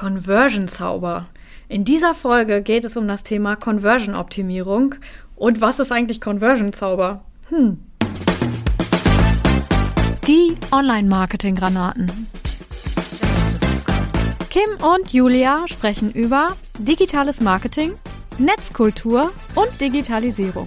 Conversion-Zauber. In dieser Folge geht es um das Thema Conversion-Optimierung. Und was ist eigentlich Conversion-Zauber? Die Online-Marketing-Granaten. Kim und Julia sprechen über digitales Marketing, Netzkultur und Digitalisierung.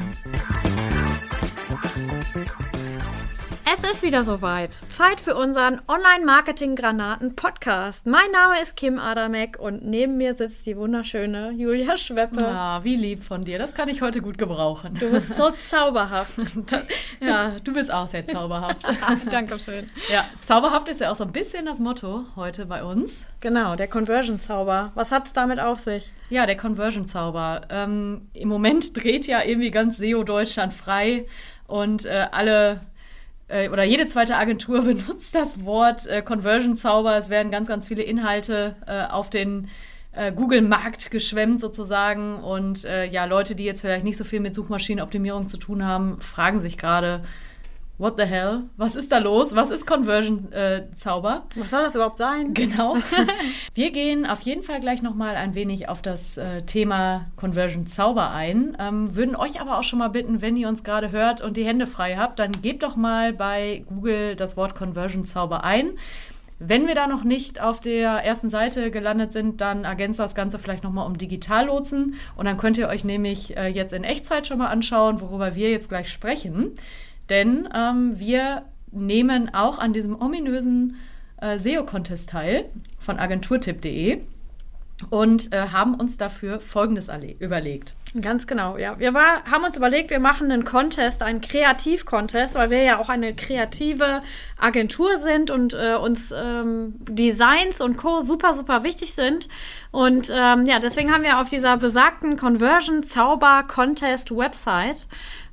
Es ist wieder soweit. Zeit für unseren Online-Marketing-Granaten-Podcast. Mein Name ist Kim Adamek und neben mir sitzt die wunderschöne Julia Schweppe. Ah, wie lieb von dir. Das kann ich heute gut gebrauchen. Du bist so zauberhaft. Ja, du bist auch sehr zauberhaft. Dankeschön. Ja, zauberhaft ist ja auch so ein bisschen das Motto heute bei uns. Genau, der Conversion-Zauber. Was hat es damit auf sich? Ja, der Conversion-Zauber. Im Moment dreht ja irgendwie ganz SEO Deutschland frei und oder jede zweite Agentur benutzt das Wort Conversion-Zauber. Es werden ganz, ganz viele Inhalte auf den Google-Markt geschwemmt sozusagen. Und Leute, die jetzt vielleicht nicht so viel mit Suchmaschinenoptimierung zu tun haben, fragen sich gerade, what the hell? Was ist da los? Was ist Conversion-Zauber? Was soll das überhaupt sein? Genau. Wir gehen auf jeden Fall gleich nochmal ein wenig auf das Thema Conversion-Zauber ein. Würden euch aber auch schon mal bitten, wenn ihr uns gerade hört und die Hände frei habt, dann gebt doch mal bei Google das Wort Conversion-Zauber ein. Wenn wir da noch nicht auf der ersten Seite gelandet sind, dann ergänzt das Ganze vielleicht nochmal um Digitallotsen. Und dann könnt ihr euch nämlich jetzt in Echtzeit schon mal anschauen, worüber wir jetzt gleich sprechen. Denn wir nehmen auch an diesem ominösen SEO-Contest teil von agenturtipp.de und haben uns dafür Folgendes überlegt. Ganz genau, ja. Wir haben uns überlegt, wir machen einen Contest, einen Kreativ-Contest, weil wir ja auch eine kreative Agentur sind und uns Designs und Co. super, super wichtig sind. Und deswegen haben wir auf dieser besagten Conversion-Zauber-Contest-Website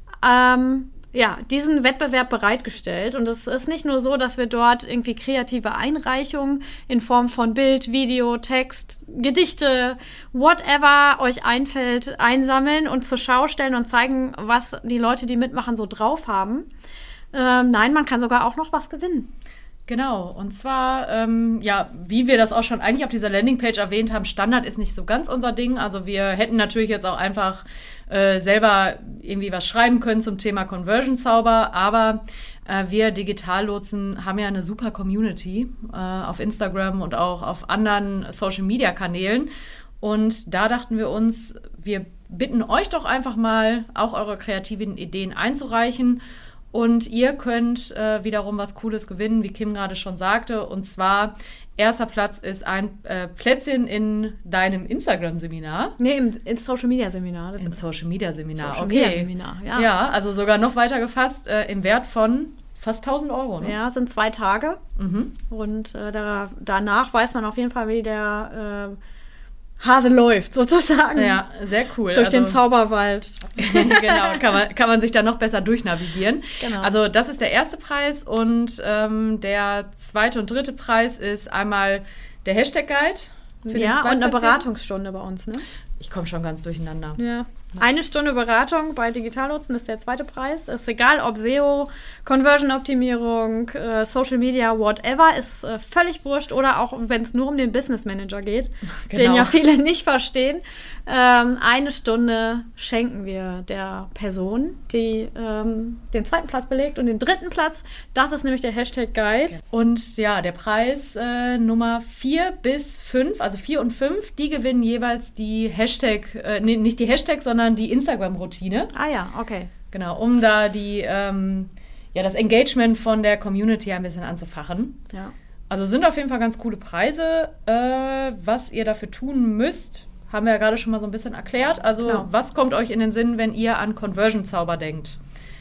diesen Wettbewerb bereitgestellt. Und es ist nicht nur so, dass wir dort irgendwie kreative Einreichungen in Form von Bild, Video, Text, Gedichte, whatever euch einfällt, einsammeln und zur Schau stellen und zeigen, was die Leute, die mitmachen, so drauf haben. Nein, man kann sogar auch noch was gewinnen. Genau, und zwar, wie wir das auch schon eigentlich auf dieser Landingpage erwähnt haben, Standard ist nicht so ganz unser Ding. Also wir hätten natürlich jetzt auch einfach selber irgendwie was schreiben können zum Thema Conversion-Zauber, aber wir Digitallotsen haben ja eine super Community auf Instagram und auch auf anderen Social-Media-Kanälen. Und da dachten wir uns, wir bitten euch doch einfach mal, auch eure kreativen Ideen einzureichen. Und ihr könnt wiederum was Cooles gewinnen, wie Kim gerade schon sagte. Und zwar, erster Platz ist ein Plätzchen in deinem Instagram-Seminar. Nee, im Social-Media-Seminar. Im Social-Media-Seminar, okay. Social-Media-Seminar, ja. Ja, also sogar noch weiter gefasst, im Wert von fast 1.000 Euro. Ne? Ja, sind 2 Tage. Mhm. Und danach weiß man auf jeden Fall, wie der Hase läuft, sozusagen. Ja, sehr cool. Durch den Zauberwald. Genau, kann man sich da noch besser durchnavigieren. Genau. Also das ist der erste Preis und der zweite und dritte Preis ist einmal der Hashtag-Guide. Ja, und eine Beratungsstunde bei uns, ne? Ich komme schon ganz durcheinander. Ja. 1 Stunde Beratung bei Digitallotsen ist der zweite Preis. Ist egal, ob SEO, Conversion-Optimierung, Social Media, whatever, ist völlig wurscht. Oder auch, wenn es nur um den Business Manager geht, genau, den ja viele nicht verstehen. 1 Stunde schenken wir der Person, die den zweiten Platz belegt. Und den dritten Platz, das ist nämlich der Hashtag-Guide. Und ja, der Preis Nummer 4 bis 5, also 4 und 5, die gewinnen jeweils die nicht die Hashtags, sondern die Instagram-Routine. Ah ja, okay. Genau, um da das Engagement von der Community ein bisschen anzufachen. Ja. Also sind auf jeden Fall ganz coole Preise. Was ihr dafür tun müsst, haben wir ja gerade schon mal so ein bisschen erklärt. Also genau, was kommt euch in den Sinn, wenn ihr an Conversion-Zauber denkt?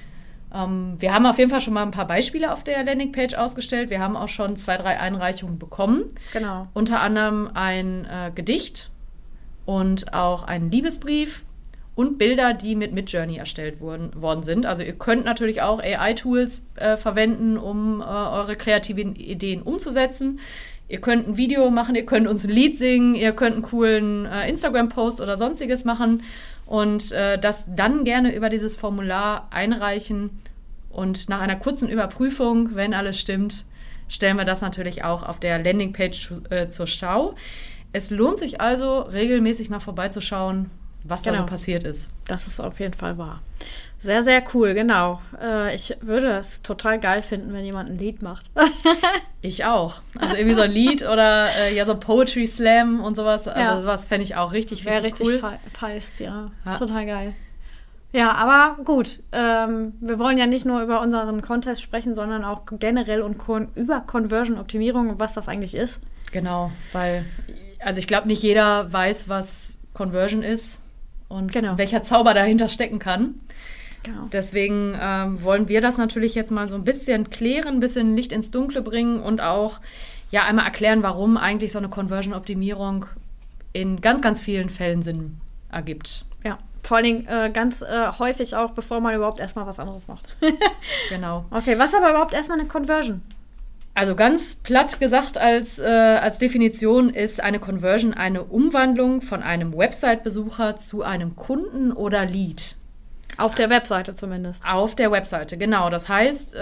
Wir haben auf jeden Fall schon mal ein paar Beispiele auf der Landingpage ausgestellt. Wir haben auch schon 2, 3 Einreichungen bekommen. Genau. Unter anderem ein Gedicht und auch einen Liebesbrief und Bilder, die mit Midjourney erstellt worden sind. Also ihr könnt natürlich auch AI-Tools verwenden, um eure kreativen Ideen umzusetzen. Ihr könnt ein Video machen, ihr könnt uns ein Lied singen, ihr könnt einen coolen Instagram-Post oder sonstiges machen und das dann gerne über dieses Formular einreichen. Und nach einer kurzen Überprüfung, wenn alles stimmt, stellen wir das natürlich auch auf der Landingpage zur Schau. Es lohnt sich also, regelmäßig mal vorbeizuschauen, was da so passiert ist. Das ist auf jeden Fall wahr. Sehr, sehr cool, genau. Ich würde es total geil finden, wenn jemand ein Lied macht. Ich auch. Also irgendwie so ein Lied oder so Poetry Slam und sowas. Also sowas fände ich auch richtig cool. Richtig feist, ja. Total geil. Ja, aber gut. Wir wollen ja nicht nur über unseren Contest sprechen, sondern auch generell und über Conversion-Optimierung und was das eigentlich ist. Genau, weil ich glaube, nicht jeder weiß, was Conversion ist und welcher Zauber dahinter stecken kann. Genau. Deswegen wollen wir das natürlich jetzt mal so ein bisschen klären, ein bisschen Licht ins Dunkle bringen und auch einmal erklären, warum eigentlich so eine Conversion-Optimierung in ganz, ganz vielen Fällen Sinn ergibt. Ja, vor allen Dingen ganz häufig auch, bevor man überhaupt erstmal was anderes macht. Genau. Okay, was ist aber überhaupt erstmal eine Conversion? Also ganz platt gesagt als Definition ist eine Conversion eine Umwandlung von einem Website-Besucher zu einem Kunden oder Lead. Auf der Webseite zumindest. Auf der Webseite, genau. Das heißt,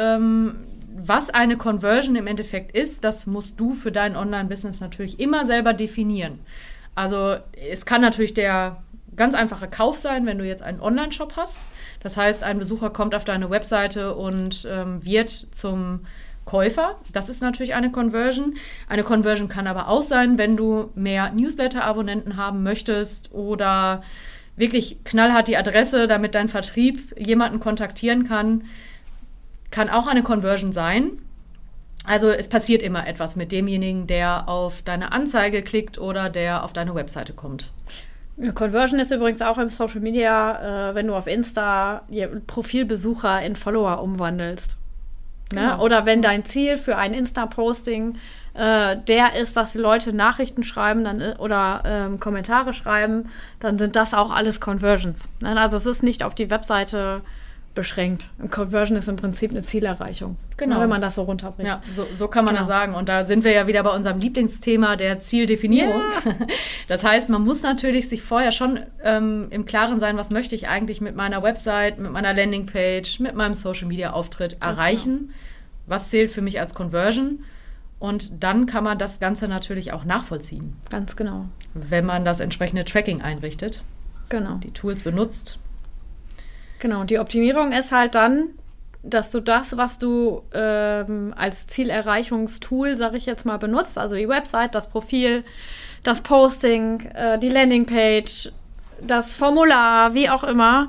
was eine Conversion im Endeffekt ist, das musst du für dein Online-Business natürlich immer selber definieren. Also es kann natürlich der ganz einfache Kauf sein, wenn du jetzt einen Online-Shop hast. Das heißt, ein Besucher kommt auf deine Webseite und wird zum Käufer. Das ist natürlich eine Conversion. Eine Conversion kann aber auch sein, wenn du mehr Newsletter-Abonnenten haben möchtest oder wirklich knallhart die Adresse, damit dein Vertrieb jemanden kontaktieren kann. Kann auch eine Conversion sein. Also es passiert immer etwas mit demjenigen, der auf deine Anzeige klickt oder der auf deine Webseite kommt. Conversion ist übrigens auch im Social Media, wenn du auf Insta Profilbesucher in Follower umwandelst. Genau. Ne? Oder wenn dein Ziel für ein Insta-Posting der ist, dass die Leute Nachrichten schreiben oder Kommentare schreiben, dann sind das auch alles Conversions. Ne? Also es ist nicht auf die Webseite beschränkt. Conversion ist im Prinzip eine Zielerreichung, wenn man das so runterbricht. Ja, so kann man das sagen. Und da sind wir ja wieder bei unserem Lieblingsthema der Zieldefinierung. Yeah. Das heißt, man muss natürlich sich vorher schon im Klaren sein, was möchte ich eigentlich mit meiner Website, mit meiner Landingpage, mit meinem Social-Media-Auftritt erreichen. Genau. Was zählt für mich als Conversion? Und dann kann man das Ganze natürlich auch nachvollziehen. Ganz genau. Wenn man das entsprechende Tracking einrichtet. Genau. Die Tools benutzt. Genau, die Optimierung ist halt dann, dass du das, was du als Zielerreichungstool, sage ich jetzt mal, benutzt, also die Website, das Profil, das Posting, die Landingpage, das Formular, wie auch immer,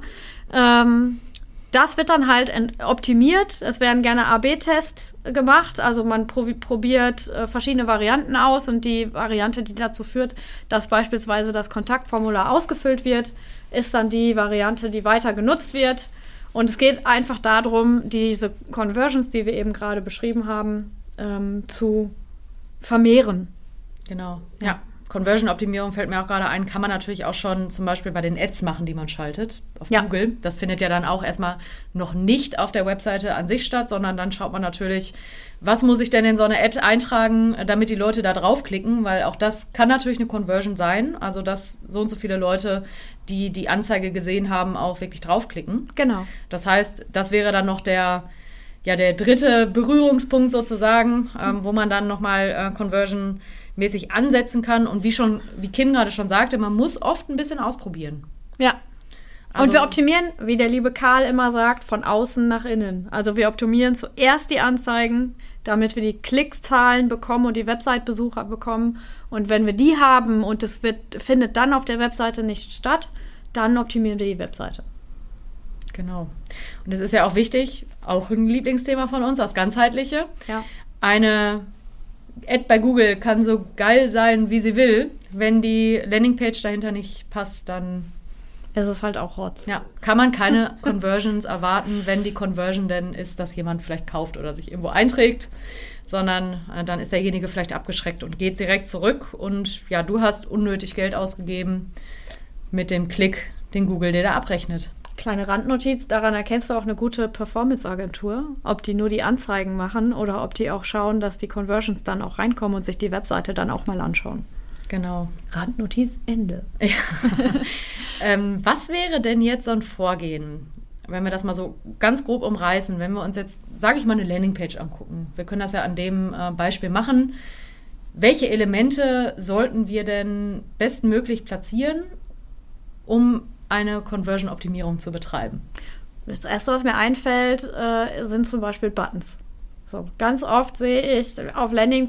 das wird dann halt optimiert. Es werden gerne A/B-Tests gemacht. Also man probiert verschiedene Varianten aus und die Variante, die dazu führt, dass beispielsweise das Kontaktformular ausgefüllt wird, ist dann die Variante, die weiter genutzt wird. Und es geht einfach darum, diese Conversions, die wir eben gerade beschrieben haben, zu vermehren. Genau, ja. Conversion-Optimierung fällt mir auch gerade ein, kann man natürlich auch schon zum Beispiel bei den Ads machen, die man schaltet auf Google. Das findet ja dann auch erstmal noch nicht auf der Webseite an sich statt, sondern dann schaut man natürlich, was muss ich denn in so eine Ad eintragen, damit die Leute da draufklicken, weil auch das kann natürlich eine Conversion sein, also dass so und so viele Leute, die die Anzeige gesehen haben, auch wirklich draufklicken. Genau. Das heißt, das wäre dann noch der dritte Berührungspunkt sozusagen, wo man dann nochmal Conversion-mäßig ansetzen kann. Und wie Kim gerade schon sagte, man muss oft ein bisschen ausprobieren. Ja. Also, und wir optimieren, wie der liebe Karl immer sagt, von außen nach innen. Also wir optimieren zuerst die Anzeigen, damit wir die Klickszahlen bekommen und die Website-Besucher bekommen. Und wenn wir die haben und es findet dann auf der Webseite nicht statt, dann optimieren wir die Webseite. Genau. Und es ist ja auch wichtig, auch ein Lieblingsthema von uns, das Ganzheitliche. Ja. Eine Ad bei Google kann so geil sein, wie sie will. Wenn die Landingpage dahinter nicht passt, dann ist es halt auch Rotz. Ja, kann man keine Conversions erwarten, wenn die Conversion denn ist, dass jemand vielleicht kauft oder sich irgendwo einträgt, sondern dann ist derjenige vielleicht abgeschreckt und geht direkt zurück und ja, du hast unnötig Geld ausgegeben mit dem Klick, den Google dir da abrechnet. Kleine Randnotiz, daran erkennst du auch eine gute Performance-Agentur, ob die nur die Anzeigen machen oder ob die auch schauen, dass die Conversions dann auch reinkommen und sich die Webseite dann auch mal anschauen. Genau. Randnotiz, Ende. Ja. Was wäre denn jetzt so ein Vorgehen, wenn wir das mal so ganz grob umreißen, wenn wir uns jetzt, sage ich mal, eine Landingpage angucken? Wir können das ja an dem Beispiel machen. welche Elemente sollten wir denn bestmöglich platzieren, um eine Conversion-Optimierung zu betreiben? Das Erste, was mir einfällt, sind zum Beispiel Buttons. So, ganz oft sehe ich auf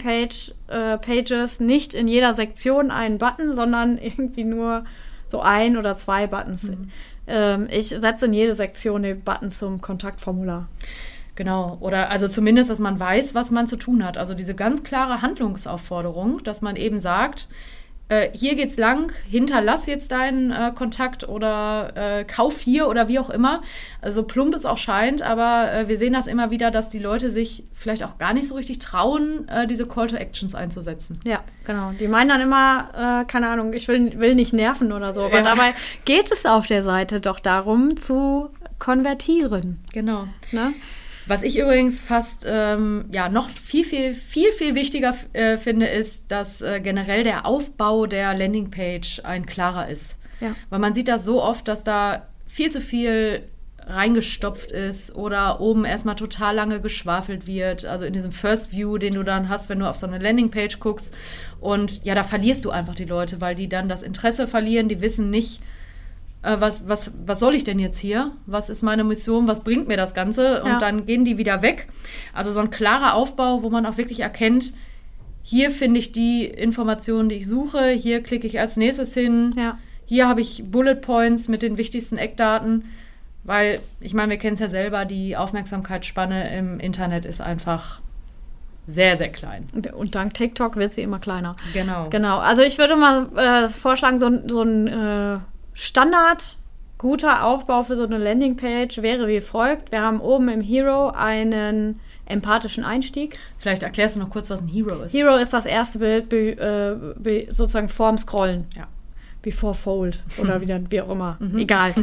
Landingpages nicht in jeder Sektion einen Button, sondern irgendwie nur so 1 oder 2 Buttons. Ich setze in jede Sektion den Button zum Kontaktformular. Genau, oder also zumindest, dass man weiß, was man zu tun hat. Also diese ganz klare Handlungsaufforderung, dass man eben sagt, hier geht's lang, hinterlass jetzt deinen Kontakt oder kauf hier oder wie auch immer. Also plump es auch scheint, aber wir sehen das immer wieder, dass die Leute sich vielleicht auch gar nicht so richtig trauen, diese Call to Actions einzusetzen. Ja, genau. Die meinen dann immer, keine Ahnung, ich will nicht nerven oder so. Aber dabei geht es auf der Seite doch darum, zu konvertieren. Genau. Ne? Was ich übrigens fast noch viel wichtiger finde, ist, dass generell der Aufbau der Landingpage ein klarer ist. Ja. Weil man sieht das so oft, dass da viel zu viel reingestopft ist oder oben erstmal total lange geschwafelt wird. Also in diesem First View, den du dann hast, wenn du auf so eine Landingpage guckst. Und ja, da verlierst du einfach die Leute, weil die dann das Interesse verlieren. Die wissen nicht, was soll ich denn jetzt hier? Was ist meine Mission? Was bringt mir das Ganze? Und dann gehen die wieder weg. Also so ein klarer Aufbau, wo man auch wirklich erkennt, hier finde ich die Informationen, die ich suche. Hier klicke ich als nächstes hin. Ja. Hier habe ich Bullet Points mit den wichtigsten Eckdaten. Weil, ich meine, wir kennen es ja selber, die Aufmerksamkeitsspanne im Internet ist einfach sehr, sehr klein. Und dank TikTok wird sie immer kleiner. Genau. Also ich würde mal vorschlagen, so ein Standard, guter Aufbau für so eine Landingpage wäre wie folgt. Wir haben oben im Hero einen empathischen Einstieg. Vielleicht erklärst du noch kurz, was ein Hero ist. Hero ist das erste Bild sozusagen vorm Scrollen. Ja. Before Fold oder wie auch immer. Egal.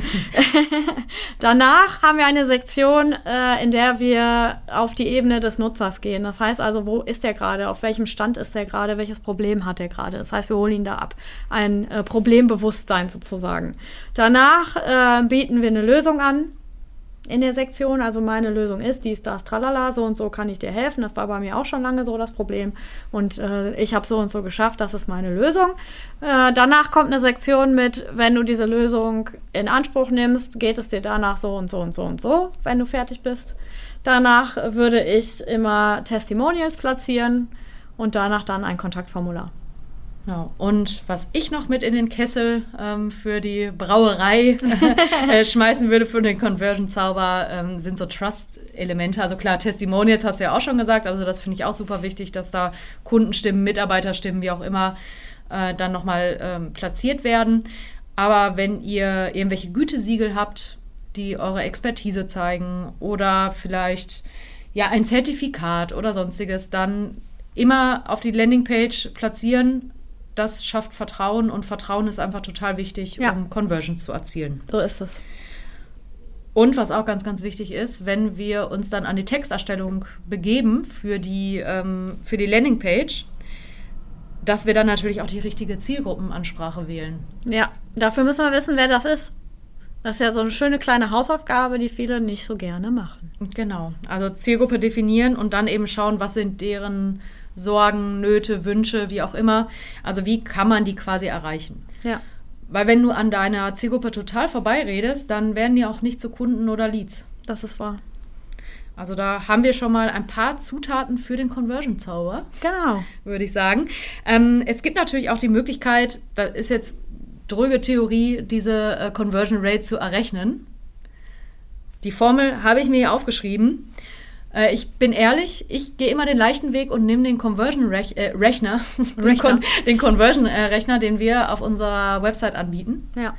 Danach haben wir eine Sektion, in der wir auf die Ebene des Nutzers gehen. Das heißt also, wo ist der gerade? Auf welchem Stand ist der gerade? Welches Problem hat der gerade? Das heißt, wir holen ihn da ab. Ein Problembewusstsein sozusagen. Danach bieten wir eine Lösung an in der Sektion. Also meine Lösung ist dies, das, tralala, so und so kann ich dir helfen. Das war bei mir auch schon lange so das Problem. Und ich habe so und so geschafft, das ist meine Lösung. Danach kommt eine Sektion mit, wenn du diese Lösung in Anspruch nimmst, geht es dir danach so und so und so und so, wenn du fertig bist. Danach würde ich immer Testimonials platzieren und danach dann ein Kontaktformular. Genau. Und was ich noch mit in den Kessel für die Brauerei schmeißen würde für den Conversion-Zauber, sind so Trust-Elemente. Also klar, Testimonials hast du ja auch schon gesagt, also das finde ich auch super wichtig, dass da Kundenstimmen, Mitarbeiterstimmen, wie auch immer, dann nochmal platziert werden. Aber wenn ihr irgendwelche Gütesiegel habt, die eure Expertise zeigen oder vielleicht ein Zertifikat oder sonstiges, dann immer auf die Landingpage platzieren. Das schafft Vertrauen und Vertrauen ist einfach total wichtig, um Conversions zu erzielen. So ist es. Und was auch ganz, ganz wichtig ist, wenn wir uns dann an die Texterstellung begeben für die Landingpage, dass wir dann natürlich auch die richtige Zielgruppenansprache wählen. Ja, dafür müssen wir wissen, wer das ist. Das ist ja so eine schöne kleine Hausaufgabe, die viele nicht so gerne machen. Genau, also Zielgruppe definieren und dann eben schauen, was sind deren Sorgen, Nöte, Wünsche, wie auch immer. Also wie kann man die quasi erreichen? Ja. Weil wenn du an deiner Zielgruppe total vorbeiredest, dann werden die auch nicht zu Kunden oder Leads. Das ist wahr. Also da haben wir schon mal ein paar Zutaten für den Conversion-Zauber. Genau. Würde ich sagen. Es gibt natürlich auch die Möglichkeit, da ist jetzt dröge Theorie, diese Conversion Rate zu errechnen. Die Formel habe ich mir hier aufgeschrieben. Ich bin ehrlich, ich gehe immer den leichten Weg und nehme den Conversion-Rechner, den Conversion-Rechner, den wir auf unserer Website anbieten. Ja.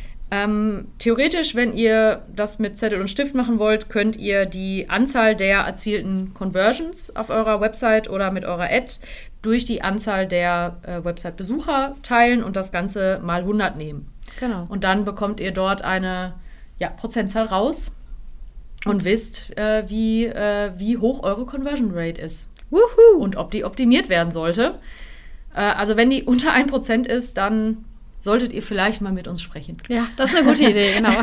Theoretisch, wenn ihr das mit Zettel und Stift machen wollt, könnt ihr die Anzahl der erzielten Conversions auf eurer Website oder mit eurer Ad durch die Anzahl der Website-Besucher teilen und das Ganze mal 100 nehmen. Genau. Und dann bekommt ihr dort eine Prozentzahl raus und wisst, wie hoch eure Conversion Rate ist. Wuhu! Und ob die optimiert werden sollte. Also wenn die unter 1% ist, dann solltet ihr vielleicht mal mit uns sprechen. Ja, das ist eine gute Idee, genau.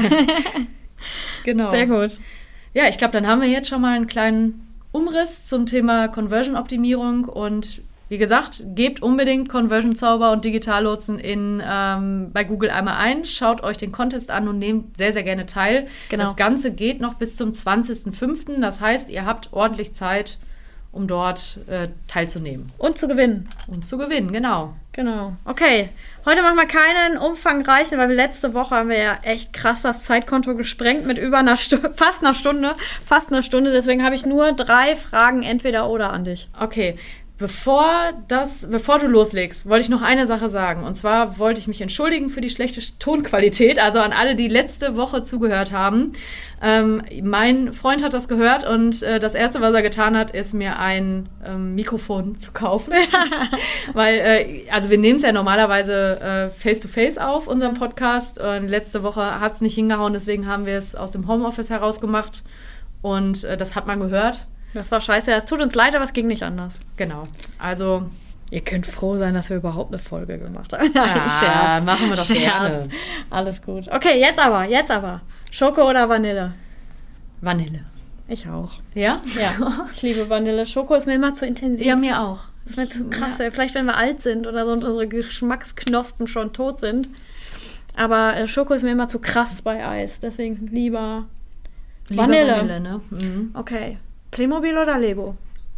Genau. Sehr gut. Ja, ich glaube, dann haben wir jetzt schon mal einen kleinen Umriss zum Thema Conversion-Optimierung und wie gesagt, gebt unbedingt Conversion Zauber und Digitallotsen bei Google einmal ein, schaut euch den Contest an und nehmt sehr, sehr gerne teil. Genau. Das Ganze geht noch bis zum 20.05. Das heißt, ihr habt ordentlich Zeit, um dort teilzunehmen. Und zu gewinnen. Und zu gewinnen, genau. Genau. Okay, heute machen wir keinen umfangreichen, weil letzte Woche haben wir ja echt krass das Zeitkonto gesprengt mit über fast einer Stunde. Deswegen habe ich nur 3 Fragen entweder oder an dich. Okay, bevor du loslegst, wollte ich noch eine Sache sagen. Und zwar wollte ich mich entschuldigen für die schlechte Tonqualität. Also an alle, die letzte Woche zugehört haben. Mein Freund hat das gehört und das Erste, was er getan hat, ist mir ein Mikrofon zu kaufen. Weil, wir nehmen es ja normalerweise face-to-face auf, unseren Podcast. Und letzte Woche hat es nicht hingehauen, deswegen haben wir es aus dem Homeoffice heraus gemacht. Und das hat man gehört. Das war scheiße. Es tut uns leid, aber es ging nicht anders. Genau. Also, ihr könnt froh sein, dass wir überhaupt eine Folge gemacht haben. Nein, Scherz. Machen wir doch gerne. Alles gut. Okay, jetzt aber. Schoko oder Vanille? Vanille. Ich auch. Ja? Ja. Ich liebe Vanille. Schoko ist mir immer zu intensiv. Ja, mir auch. Das ist mir zu krass. Ja. Vielleicht, wenn wir alt sind oder so und unsere Geschmacksknospen schon tot sind. Aber Schoko ist mir immer zu krass bei Eis. Deswegen lieber Vanille, ne? Mhm. Okay. Playmobil oder Lego?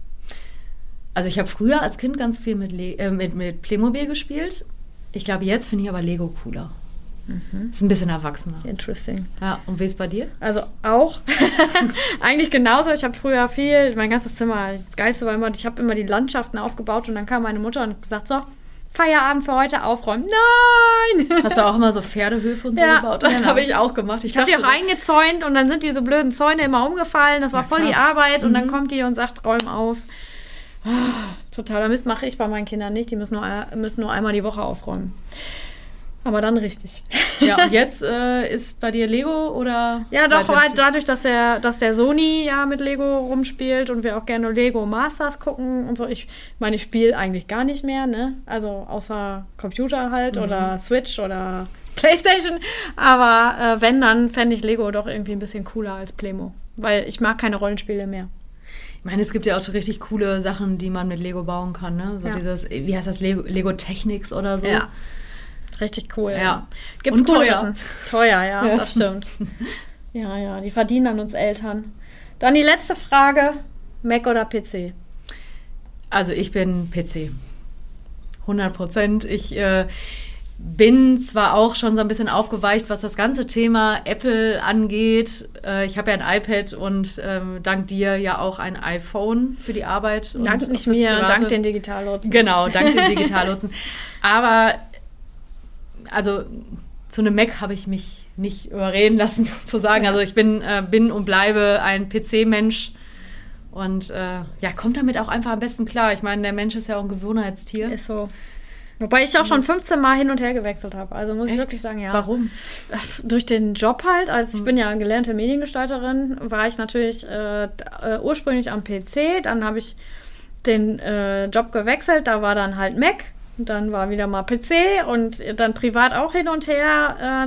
Also ich habe früher als Kind ganz viel mit Playmobil gespielt. Ich glaube, jetzt finde ich aber Lego cooler. Mhm. Ist ein bisschen erwachsener. Interesting. Ja, und wie ist es bei dir? Also auch. Eigentlich genauso. Ich habe früher mein ganzes Zimmer, das Geilste war immer, ich habe immer die Landschaften aufgebaut und dann kam meine Mutter und gesagt, so, Feierabend für heute aufräumen. Nein! Hast du auch immer so Pferdehöfe und so gebaut? Das habe ich auch gemacht. Ich habe die auch eingezäunt und dann sind diese blöden Zäune immer umgefallen. Das war voll die Arbeit. Und dann kommt die und sagt, räum auf. Totaler Mist mache ich bei meinen Kindern nicht. Die müssen nur einmal die Woche aufräumen. Aber dann richtig. Ja, und jetzt ist bei dir Lego oder? Ja, doch, dadurch, dass der Sony ja mit Lego rumspielt und wir auch gerne Lego Masters gucken und so. Ich meine, ich spiele eigentlich gar nicht mehr, ne? Also außer Computer halt oder Switch oder Playstation. Aber wenn, dann fände ich Lego doch irgendwie ein bisschen cooler als Playmo. Weil ich mag keine Rollenspiele mehr. Ich meine, es gibt ja auch so richtig coole Sachen, die man mit Lego bauen kann, ne? So dieses, wie heißt das, Lego Technics oder so. Ja. Richtig cool. Ja. Gibt's und teuer. Teuer, ja, das stimmt. Ja, die verdienen an uns Eltern. Dann die letzte Frage, Mac oder PC? Also ich bin PC. 100%. Ich bin zwar auch schon so ein bisschen aufgeweicht, was das ganze Thema Apple angeht. Ich habe ja ein iPad und dank dir ja auch ein iPhone für die Arbeit. Dank nicht mir, dank den Digitallotsen. Genau, dank den Digitallotsen. Aber also zu einem Mac habe ich mich nicht überreden lassen, sozusagen. Ja. Also ich bin und bleibe ein PC-Mensch und kommt damit auch einfach am besten klar. Ich meine, der Mensch ist ja auch ein Gewohnheitstier. Ist so. Wobei ich auch schon 15 Mal hin und her gewechselt habe. Also muss ich wirklich sagen, ja. Warum? Durch den Job halt. Also ich bin ja gelernte Mediengestalterin, war ich natürlich ursprünglich am PC. Dann habe ich den Job gewechselt. Da war dann halt Mac. Und dann war wieder mal PC und dann privat auch hin und her.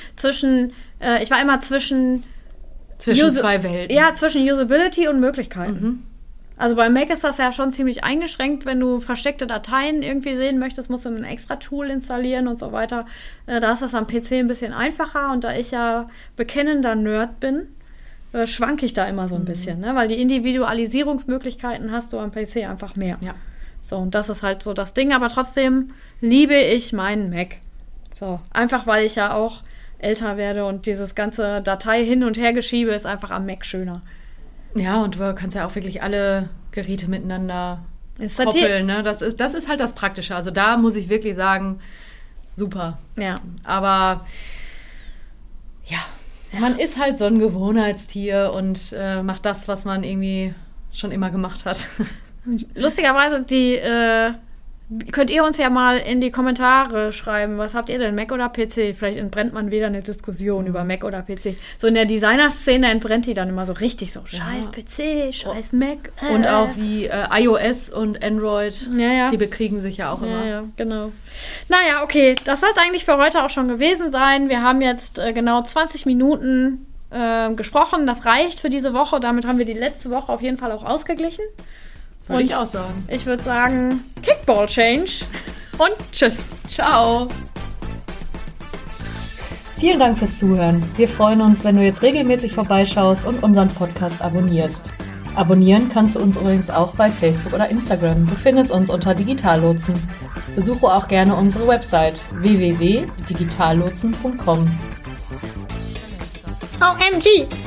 Ich war immer zwischen zwei Welten. Ja, zwischen Usability und Möglichkeiten. Mhm. Also bei Mac ist das ja schon ziemlich eingeschränkt. Wenn du versteckte Dateien irgendwie sehen möchtest, musst du ein extra Tool installieren und so weiter. Da ist das am PC ein bisschen einfacher. Und da ich ja bekennender Nerd bin, schwanke ich da immer so ein bisschen. Ne? Weil die Individualisierungsmöglichkeiten hast du am PC einfach mehr. Ja. So, und das ist halt so das Ding. Aber trotzdem liebe ich meinen Mac. So, einfach weil ich ja auch älter werde und dieses ganze Datei hin und her geschiebe ist einfach am Mac schöner. Ja, und du kannst ja auch wirklich alle Geräte miteinander koppeln. Ne? Das ist halt das Praktische. Also da muss ich wirklich sagen, super. Ja. Aber ja, man ist halt so ein Gewohnheitstier und macht das, was man irgendwie schon immer gemacht hat. Lustigerweise, könnt ihr uns ja mal in die Kommentare schreiben, was habt ihr denn, Mac oder PC? Vielleicht entbrennt man wieder eine Diskussion über Mac oder PC. So in der Designer-Szene entbrennt die dann immer so richtig so, scheiß PC, scheiß Mac. Und auch wie iOS und Android, die bekriegen sich ja auch immer. Ja, genau. Naja, okay, das soll es eigentlich für heute auch schon gewesen sein. Wir haben jetzt genau 20 Minuten gesprochen, das reicht für diese Woche. Damit haben wir die letzte Woche auf jeden Fall auch ausgeglichen. Würde ich auch sagen. Ich würde sagen, Kickball Change und tschüss. Ciao. Vielen Dank fürs Zuhören. Wir freuen uns, wenn du jetzt regelmäßig vorbeischaust und unseren Podcast abonnierst. Abonnieren kannst du uns übrigens auch bei Facebook oder Instagram. Du findest uns unter Digitallotsen. Besuche auch gerne unsere Website www.digitallotsen.com. OMG!